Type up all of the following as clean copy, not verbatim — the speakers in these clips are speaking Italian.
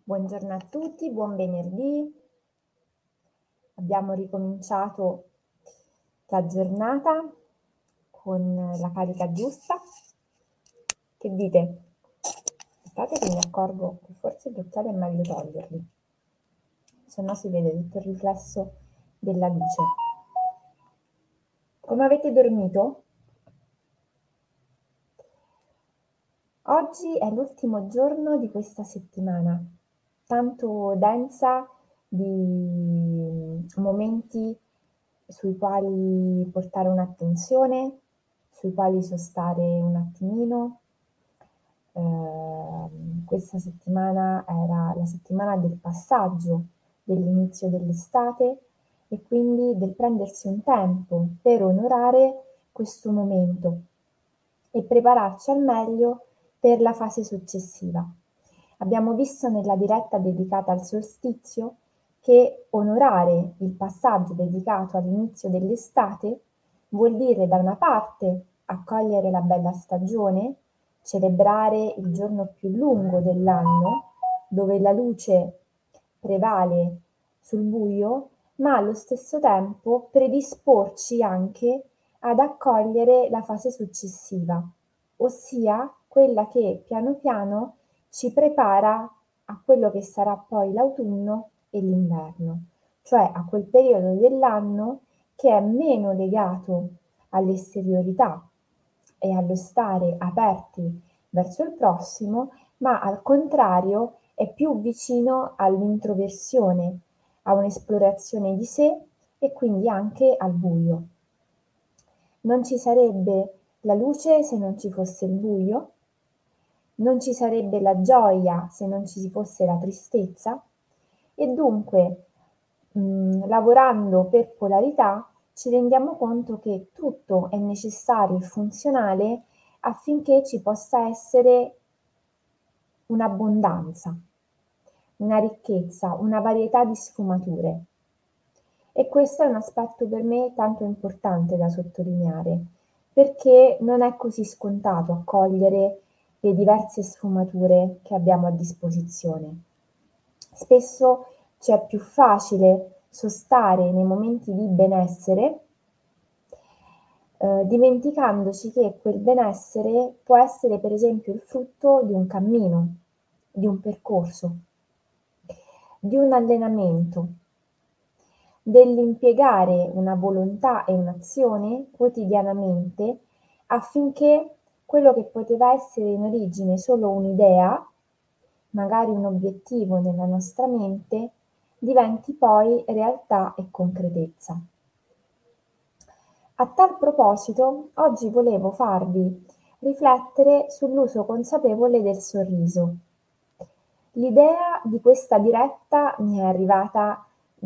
Buongiorno a tutti, buon venerdì. Abbiamo ricominciato la giornata con la carica giusta. Che dite? Aspettate che mi accorgo che forse gli occhiali è meglio toglierli, se no si vede tutto il riflesso della luce. Come avete dormito? Oggi è l'ultimo giorno di questa settimana, tanto densa di momenti sui quali portare un'attenzione, sui quali sostare un attimino. Questa settimana era la settimana del passaggio, dell'inizio dell'estate e quindi del prendersi un tempo per onorare questo momento e prepararci al meglio per la fase successiva. Abbiamo visto nella diretta dedicata al solstizio che onorare il passaggio dedicato all'inizio dell'estate vuol dire da una parte accogliere la bella stagione, celebrare il giorno più lungo dell'anno, dove la luce prevale sul buio, ma allo stesso tempo predisporci anche ad accogliere la fase successiva, ossia quella che piano piano ci prepara a quello che sarà poi l'autunno e l'inverno, cioè a quel periodo dell'anno che è meno legato all'esteriorità e allo stare aperti verso il prossimo, ma al contrario è più vicino all'introversione, a un'esplorazione di sé e quindi anche al buio. Non ci sarebbe la luce se non ci fosse il buio, non ci sarebbe la gioia se non ci fosse la tristezza e dunque, lavorando per polarità, ci rendiamo conto che tutto è necessario e funzionale affinché ci possa essere un'abbondanza, una ricchezza, una varietà di sfumature. E questo è un aspetto per me tanto importante da sottolineare, perché non è così scontato accogliere le diverse sfumature che abbiamo a disposizione. Spesso ci è più facile sostare nei momenti di benessere, dimenticandoci che quel benessere può essere per esempio il frutto di un cammino, di un percorso, di un allenamento, dell'impiegare una volontà e un'azione quotidianamente affinché quello che poteva essere in origine solo un'idea, magari un obiettivo nella nostra mente, diventi poi realtà e concretezza. A tal proposito, oggi volevo farvi riflettere sull'uso consapevole del sorriso. L'idea di questa diretta mi è arrivata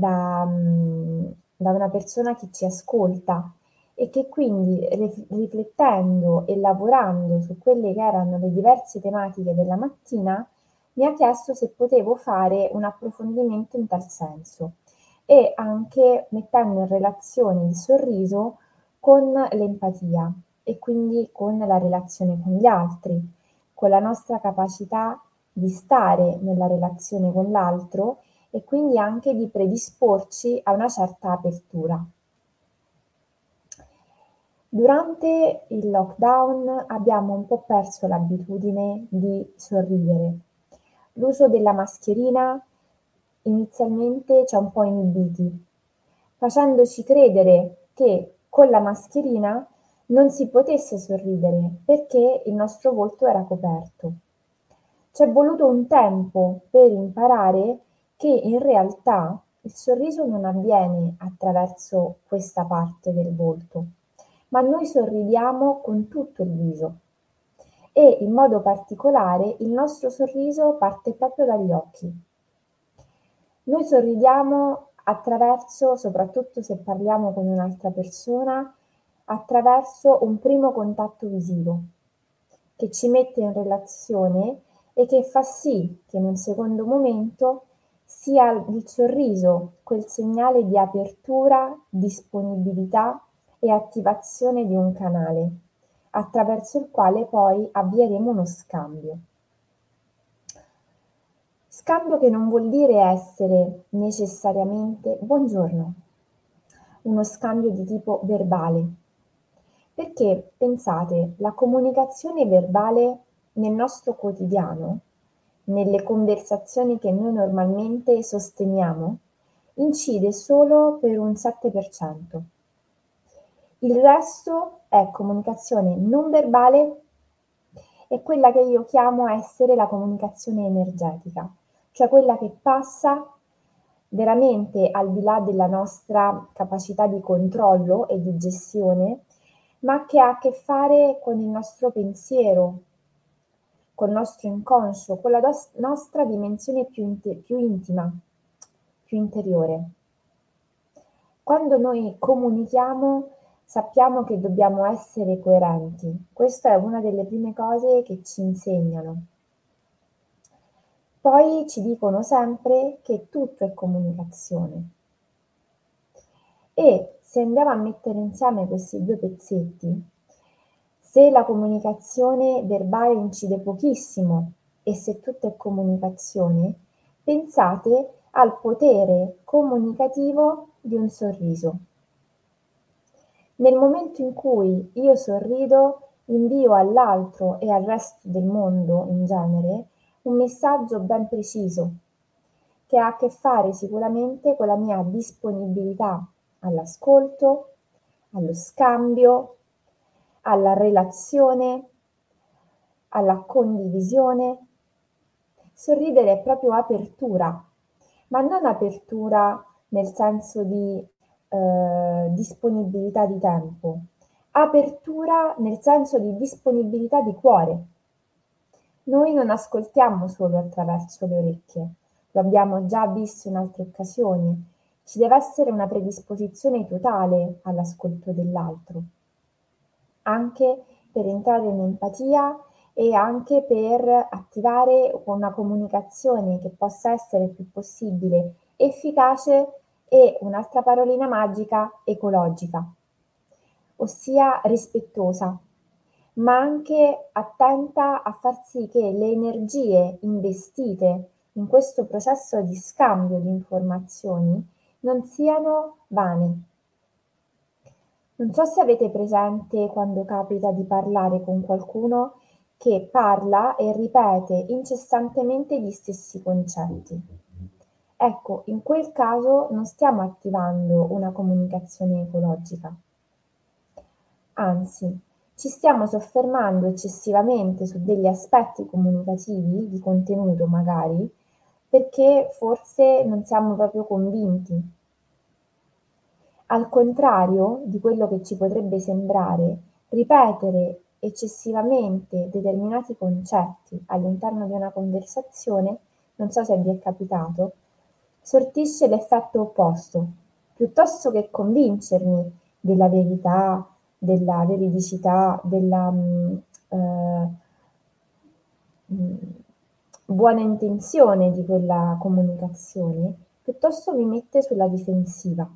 da una persona che ci ascolta e che quindi riflettendo e lavorando su quelle che erano le diverse tematiche della mattina mi ha chiesto se potevo fare un approfondimento in tal senso e anche mettendo in relazione il sorriso con l'empatia e quindi con la relazione con gli altri, con la nostra capacità di stare nella relazione con l'altro e quindi anche di predisporci a una certa apertura. Durante il lockdown abbiamo un po' perso l'abitudine di sorridere. L'uso della mascherina inizialmente ci ha un po' inibiti, facendoci credere che con la mascherina non si potesse sorridere perché il nostro volto era coperto. C'è voluto un tempo per imparare che in realtà il sorriso non avviene attraverso questa parte del volto, ma noi sorridiamo con tutto il viso e in modo particolare il nostro sorriso parte proprio dagli occhi. Noi sorridiamo attraverso, soprattutto se parliamo con un'altra persona, attraverso un primo contatto visivo che ci mette in relazione e che fa sì che in un secondo momento sia il sorriso quel segnale di apertura, disponibilità e attivazione di un canale, attraverso il quale poi avvieremo uno scambio. Scambio che non vuol dire essere necessariamente buongiorno, uno scambio di tipo verbale. Perché pensate, la comunicazione verbale nel nostro quotidiano, nelle conversazioni che noi normalmente sosteniamo, incide solo per un 7%. Il resto è comunicazione non verbale e quella che io chiamo essere la comunicazione energetica, cioè quella che passa veramente al di là della nostra capacità di controllo e di gestione, ma che ha a che fare con il nostro pensiero, col nostro inconscio, con la nostra dimensione più intima, più interiore. Quando noi comunichiamo sappiamo che dobbiamo essere coerenti. Questa è una delle prime cose che ci insegnano. Poi ci dicono sempre che tutto è comunicazione. E se andiamo a mettere insieme questi due pezzetti, se la comunicazione verbale incide pochissimo e se tutto è comunicazione, pensate al potere comunicativo di un sorriso. Nel momento in cui io sorrido, invio all'altro e al resto del mondo in genere un messaggio ben preciso, che ha a che fare sicuramente con la mia disponibilità all'ascolto, allo scambio, alla relazione, alla condivisione. Sorridere è proprio apertura, ma non apertura nel senso di disponibilità di tempo, apertura nel senso di disponibilità di cuore. Noi non ascoltiamo solo attraverso le orecchie, lo abbiamo già visto in altre occasioni, ci deve essere una predisposizione totale all'ascolto dell'altro, anche per entrare in empatia e anche per attivare una comunicazione che possa essere il più possibile efficace e, un'altra parolina magica, ecologica, ossia rispettosa, ma anche attenta a far sì che le energie investite in questo processo di scambio di informazioni non siano vane. Non so se avete presente quando capita di parlare con qualcuno che parla e ripete incessantemente gli stessi concetti. Ecco, in quel caso non stiamo attivando una comunicazione ecologica, anzi, ci stiamo soffermando eccessivamente su degli aspetti comunicativi, di contenuto magari, perché forse non siamo proprio convinti. Al contrario di quello che ci potrebbe sembrare, ripetere eccessivamente determinati concetti all'interno di una conversazione, non so se vi è capitato, sortisce l'effetto opposto. Piuttosto che convincermi della verità, della veridicità, della mh, buona intenzione di quella comunicazione, piuttosto mi mette sulla difensiva.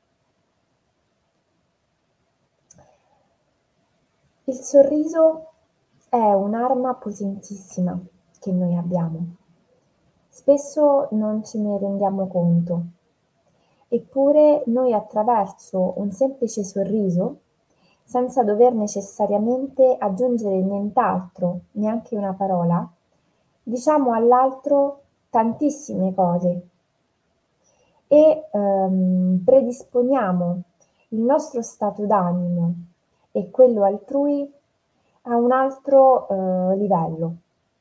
Il sorriso è un'arma potentissima che noi abbiamo. Spesso non ce ne rendiamo conto, eppure noi attraverso un semplice sorriso, senza dover necessariamente aggiungere nient'altro, neanche una parola, diciamo all'altro tantissime cose e predisponiamo il nostro stato d'animo e quello altrui a un altro livello.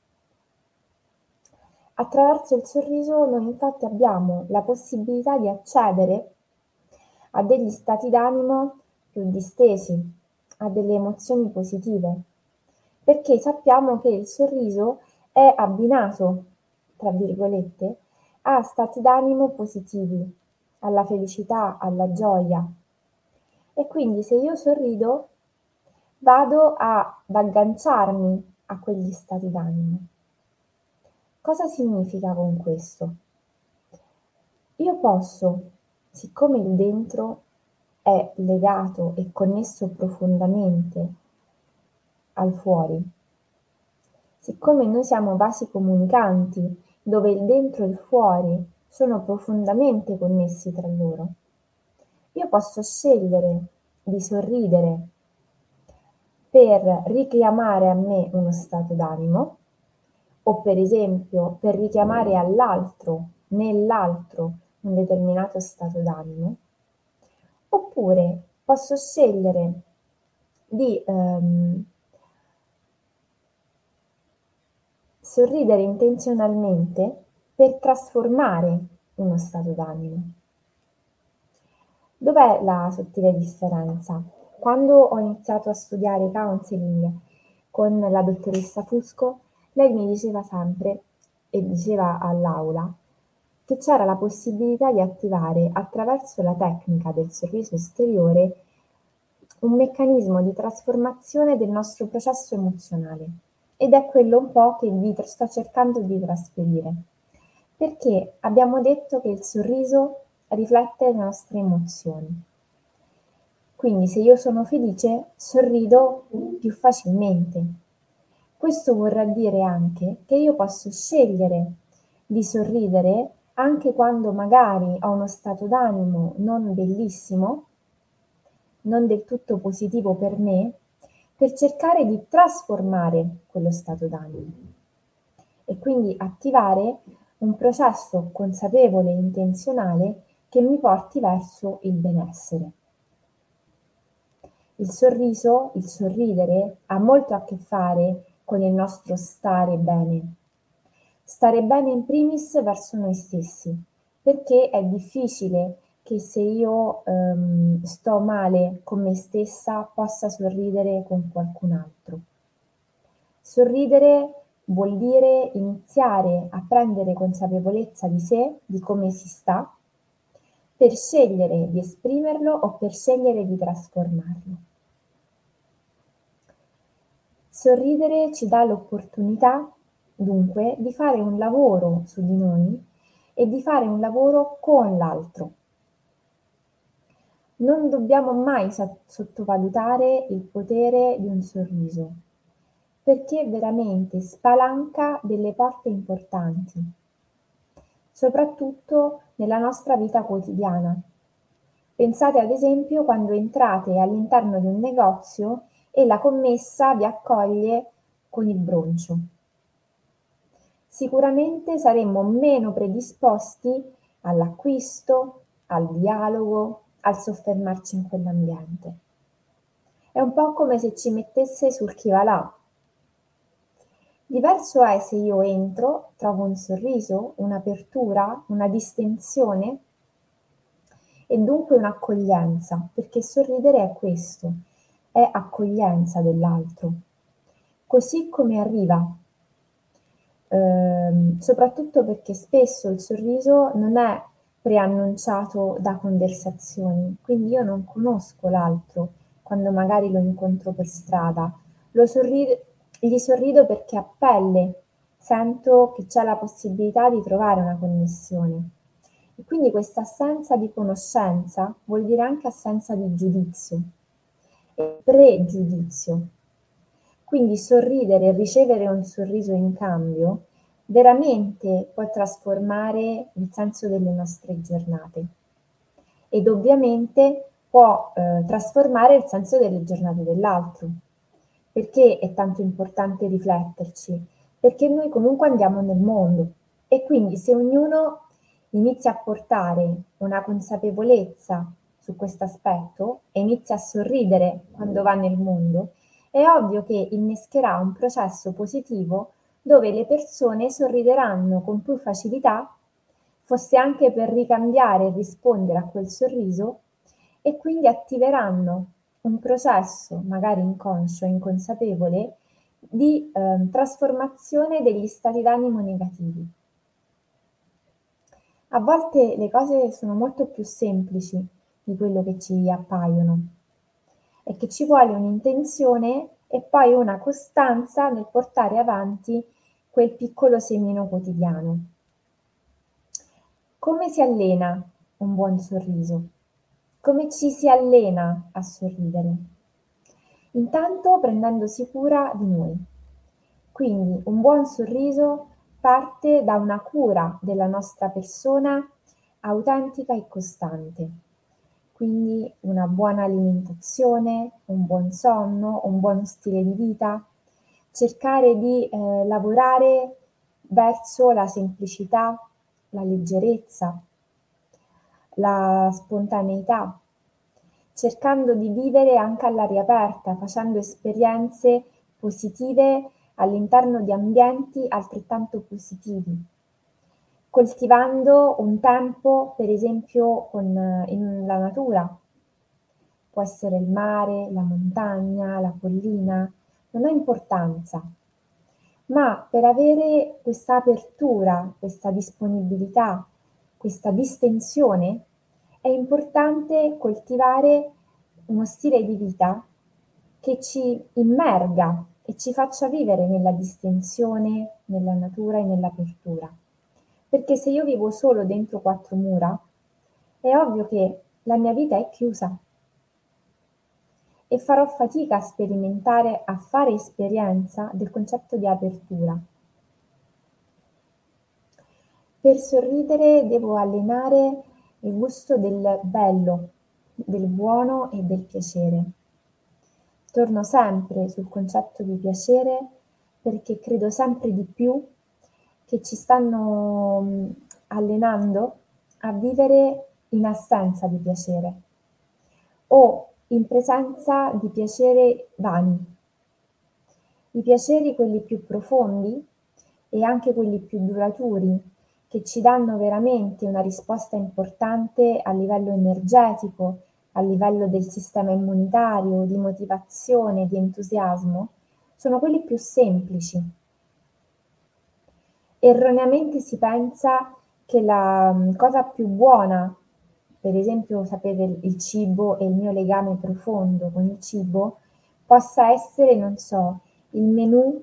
Attraverso il sorriso noi infatti abbiamo la possibilità di accedere a degli stati d'animo più distesi, a delle emozioni positive, perché sappiamo che il sorriso è abbinato, tra virgolette, a stati d'animo positivi, alla felicità, alla gioia. E quindi se io sorrido vado ad agganciarmi a quegli stati d'animo. Cosa significa con questo? Io posso, siccome il dentro è legato e connesso profondamente al fuori, siccome noi siamo vasi comunicanti dove il dentro e il fuori sono profondamente connessi tra loro, io posso scegliere di sorridere per richiamare a me uno stato d'animo o per esempio per richiamare all'altro, nell'altro, un determinato stato d'animo, oppure posso scegliere di sorridere intenzionalmente per trasformare uno stato d'animo. Dov'è la sottile differenza? Quando ho iniziato a studiare counseling con la dottoressa Fusco, lei mi diceva sempre e diceva all'aula che c'era la possibilità di attivare attraverso la tecnica del sorriso esteriore un meccanismo di trasformazione del nostro processo emozionale ed è quello un po' che vi sto cercando di trasferire, perché abbiamo detto che il sorriso riflette le nostre emozioni. Quindi se io sono felice, sorrido più facilmente. Questo vorrà dire anche che io posso scegliere di sorridere anche quando magari ho uno stato d'animo non bellissimo, non del tutto positivo per me, per cercare di trasformare quello stato d'animo e quindi attivare un processo consapevole e intenzionale che mi porti verso il benessere. Il sorriso, il sorridere, ha molto a che fare con il nostro stare bene. Stare bene in primis verso noi stessi, perché è difficile che se io sto male con me stessa possa sorridere con qualcun altro. Sorridere vuol dire iniziare a prendere consapevolezza di sé, di come si sta, per scegliere di esprimerlo o per scegliere di trasformarlo. Sorridere ci dà l'opportunità, dunque, di fare un lavoro su di noi e di fare un lavoro con l'altro. Non dobbiamo mai sottovalutare il potere di un sorriso, perché veramente spalanca delle porte importanti, soprattutto nella nostra vita quotidiana. Pensate ad esempio quando entrate all'interno di un negozio e la commessa vi accoglie con il broncio. Sicuramente saremmo meno predisposti all'acquisto, al dialogo, al soffermarci in quell'ambiente. È un po' come se ci mettesse sul chi va là. Diverso è se io entro, trovo un sorriso, un'apertura, una distensione e dunque un'accoglienza, perché sorridere è questo, è accoglienza dell'altro, così come arriva, soprattutto perché spesso il sorriso non è preannunciato da conversazioni, quindi io non conosco l'altro quando magari lo incontro per strada, gli sorrido perché a pelle sento che c'è la possibilità di trovare una connessione. E quindi questa assenza di conoscenza vuol dire anche assenza di giudizio e pregiudizio. Quindi sorridere e ricevere un sorriso in cambio veramente può trasformare il senso delle nostre giornate ed ovviamente può trasformare il senso delle giornate dell'altro. Perché è tanto importante rifletterci? Perché noi comunque andiamo nel mondo e quindi se ognuno inizia a portare una consapevolezza su questo aspetto e inizia a sorridere quando va nel mondo, è ovvio che innescherà un processo positivo dove le persone sorrideranno con più facilità, fosse anche per ricambiare e rispondere a quel sorriso, e quindi attiveranno un processo, magari inconscio e inconsapevole, di trasformazione degli stati d'animo negativi. A volte le cose sono molto più semplici di quello che ci appaiono e che ci vuole un'intenzione e poi una costanza nel portare avanti quel piccolo semino quotidiano. Come si allena un buon sorriso? Come ci si allena a sorridere? Intanto prendendosi cura di noi. Quindi un buon sorriso parte da una cura della nostra persona autentica e costante. Quindi una buona alimentazione, un buon sonno, un buono stile di vita, cercare di lavorare verso la semplicità, la leggerezza, la spontaneità, cercando di vivere anche all'aria aperta, facendo esperienze positive all'interno di ambienti altrettanto positivi, coltivando un tempo, per esempio, in la natura. Può essere il mare, la montagna, la collina, non ha importanza, ma per avere questa apertura, questa disponibilità, questa distensione, è importante coltivare uno stile di vita che ci immerga e ci faccia vivere nella distensione, nella natura e nell'apertura. Perché se io vivo solo dentro quattro mura, è ovvio che la mia vita è chiusa e farò fatica a sperimentare, a fare esperienza del concetto di apertura. Per sorridere devo allenare il gusto del bello, del buono e del piacere. Torno sempre sul concetto di piacere perché credo sempre di più che ci stanno allenando a vivere in assenza di piacere o in presenza di piaceri vani. I piaceri, quelli più profondi e anche quelli più duraturi, che ci danno veramente una risposta importante a livello energetico, a livello del sistema immunitario, di motivazione, di entusiasmo, sono quelli più semplici. Erroneamente si pensa che la cosa più buona, per esempio sapete il cibo e il mio legame profondo con il cibo, possa essere, non so, il menù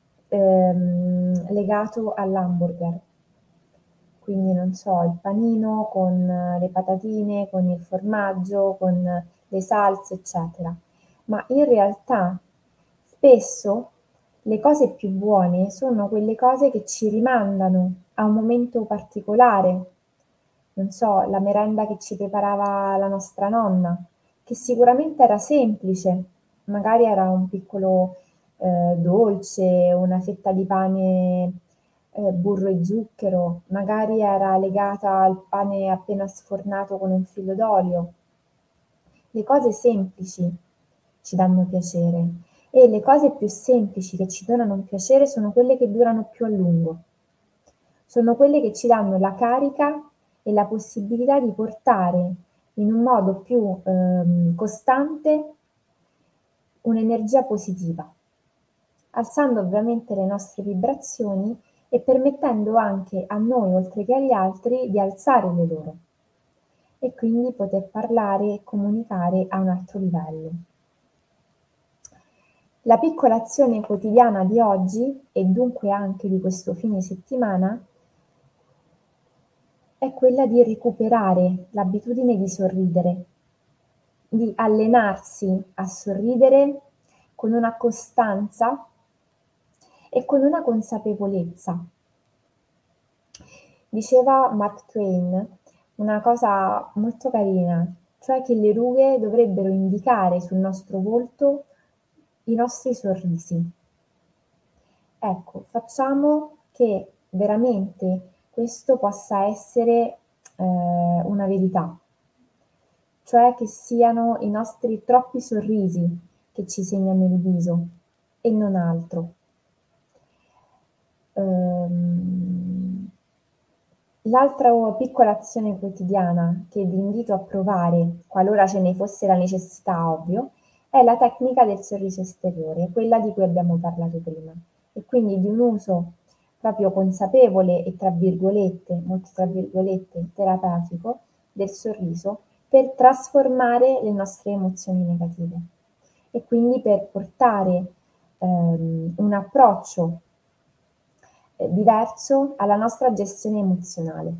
legato all'hamburger. Quindi non so, il panino con le patatine, con il formaggio, con le salse, eccetera. Ma in realtà spesso le cose più buone sono quelle cose che ci rimandano a un momento particolare, non so, la merenda che ci preparava la nostra nonna, che sicuramente era semplice, magari era un piccolo dolce, una fetta di pane burro e zucchero, magari era legata al pane appena sfornato con un filo d'olio. Le cose semplici ci danno piacere e le cose più semplici che ci donano un piacere sono quelle che durano più a lungo. Sono quelle che ci danno la carica e la possibilità di portare in un modo più costante un'energia positiva, alzando ovviamente le nostre vibrazioni e permettendo anche a noi, oltre che agli altri, di alzare le loro e quindi poter parlare e comunicare a un altro livello. La piccola azione quotidiana di oggi, e dunque anche di questo fine settimana, è quella di recuperare l'abitudine di sorridere, di allenarsi a sorridere con una costanza e con una consapevolezza. Diceva Mark Twain una cosa molto carina, cioè che le rughe dovrebbero indicare sul nostro volto i nostri sorrisi. Ecco, facciamo che veramente questo possa essere una verità, cioè che siano i nostri troppi sorrisi che ci segnano il viso e non altro. L'altra piccola azione quotidiana che vi invito a provare, qualora ce ne fosse la necessità, ovvio, è la tecnica del sorriso esteriore, quella di cui abbiamo parlato prima, e quindi di un uso proprio consapevole e tra virgolette, molto tra virgolette, terapeutico del sorriso per trasformare le nostre emozioni negative e quindi per portare un approccio diverso alla nostra gestione emozionale.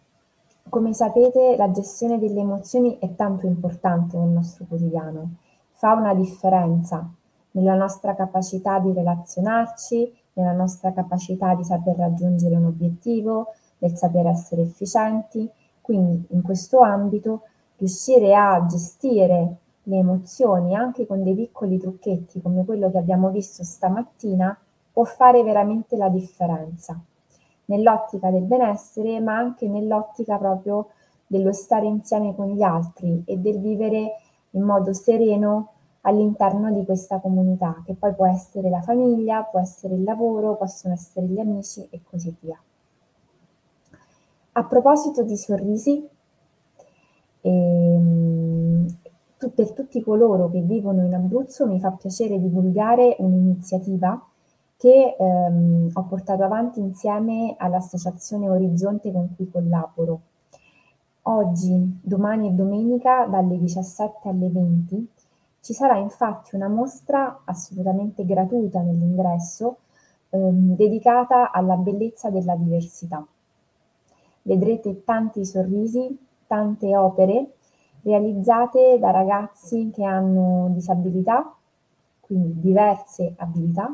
Come sapete, la gestione delle emozioni è tanto importante nel nostro quotidiano. fa una differenza nella nostra capacità di relazionarci, nella nostra capacità di saper raggiungere un obiettivo, del saper essere efficienti. Quindi in questo ambito riuscire a gestire le emozioni anche con dei piccoli trucchetti come quello che abbiamo visto stamattina può fare veramente la differenza nell'ottica del benessere, ma anche nell'ottica proprio dello stare insieme con gli altri e del vivere in modo sereno all'interno di questa comunità, che poi può essere la famiglia, può essere il lavoro, possono essere gli amici e così via. A proposito di sorrisi, per tutti coloro che vivono in Abruzzo mi fa piacere divulgare un'iniziativa che ho portato avanti insieme all'Associazione Orizzonte con cui collaboro. Oggi, domani e domenica dalle 17 alle 20 ci sarà infatti una mostra assolutamente gratuita nell'ingresso dedicata alla bellezza della diversità. Vedrete tanti sorrisi, tante opere realizzate da ragazzi che hanno disabilità, quindi diverse abilità,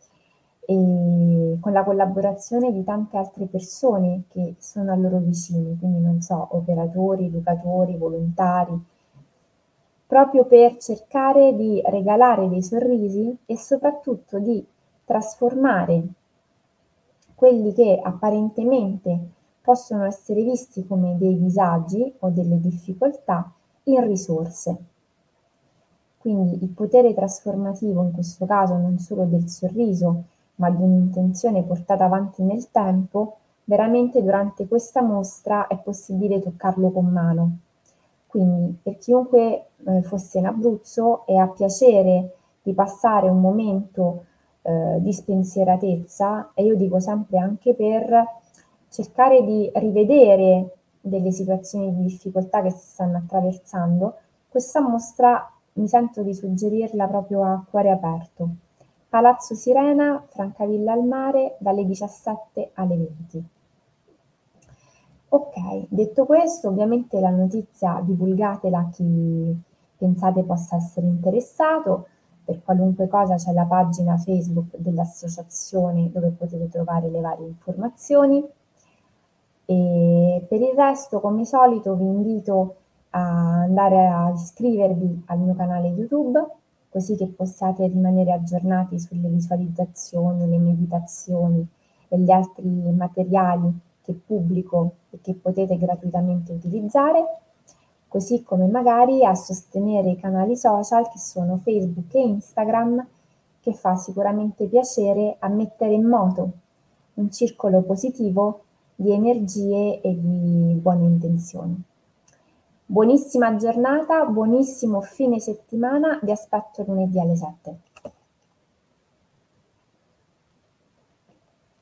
e con la collaborazione di tante altre persone che sono a loro vicini, quindi non so, operatori, educatori, volontari, proprio per cercare di regalare dei sorrisi e soprattutto di trasformare quelli che apparentemente possono essere visti come dei disagi o delle difficoltà in risorse. Quindi il potere trasformativo, in questo caso non solo del sorriso, ma di un'intenzione portata avanti nel tempo, veramente durante questa mostra è possibile toccarlo con mano. Quindi per chiunque fosse in Abruzzo e ha piacere di passare un momento di spensieratezza, e io dico sempre anche per cercare di rivedere delle situazioni di difficoltà che si stanno attraversando, questa mostra mi sento di suggerirla proprio a cuore aperto. Palazzo Sirena, Francavilla al Mare, dalle 17 alle 20. Ok, detto questo, ovviamente la notizia divulgatela a chi pensate possa essere interessato. Per qualunque cosa c'è la pagina Facebook dell'associazione dove potete trovare le varie informazioni. E per il resto, come solito, vi invito a andare a iscrivervi al mio canale YouTube, così che possiate rimanere aggiornati sulle visualizzazioni, le meditazioni e gli altri materiali che pubblico e che potete gratuitamente utilizzare, così come magari a sostenere i canali social che sono Facebook e Instagram, che fa sicuramente piacere a mettere in moto un circolo positivo di energie e di buone intenzioni. Buonissima giornata, buonissimo fine settimana, vi aspetto lunedì alle 7.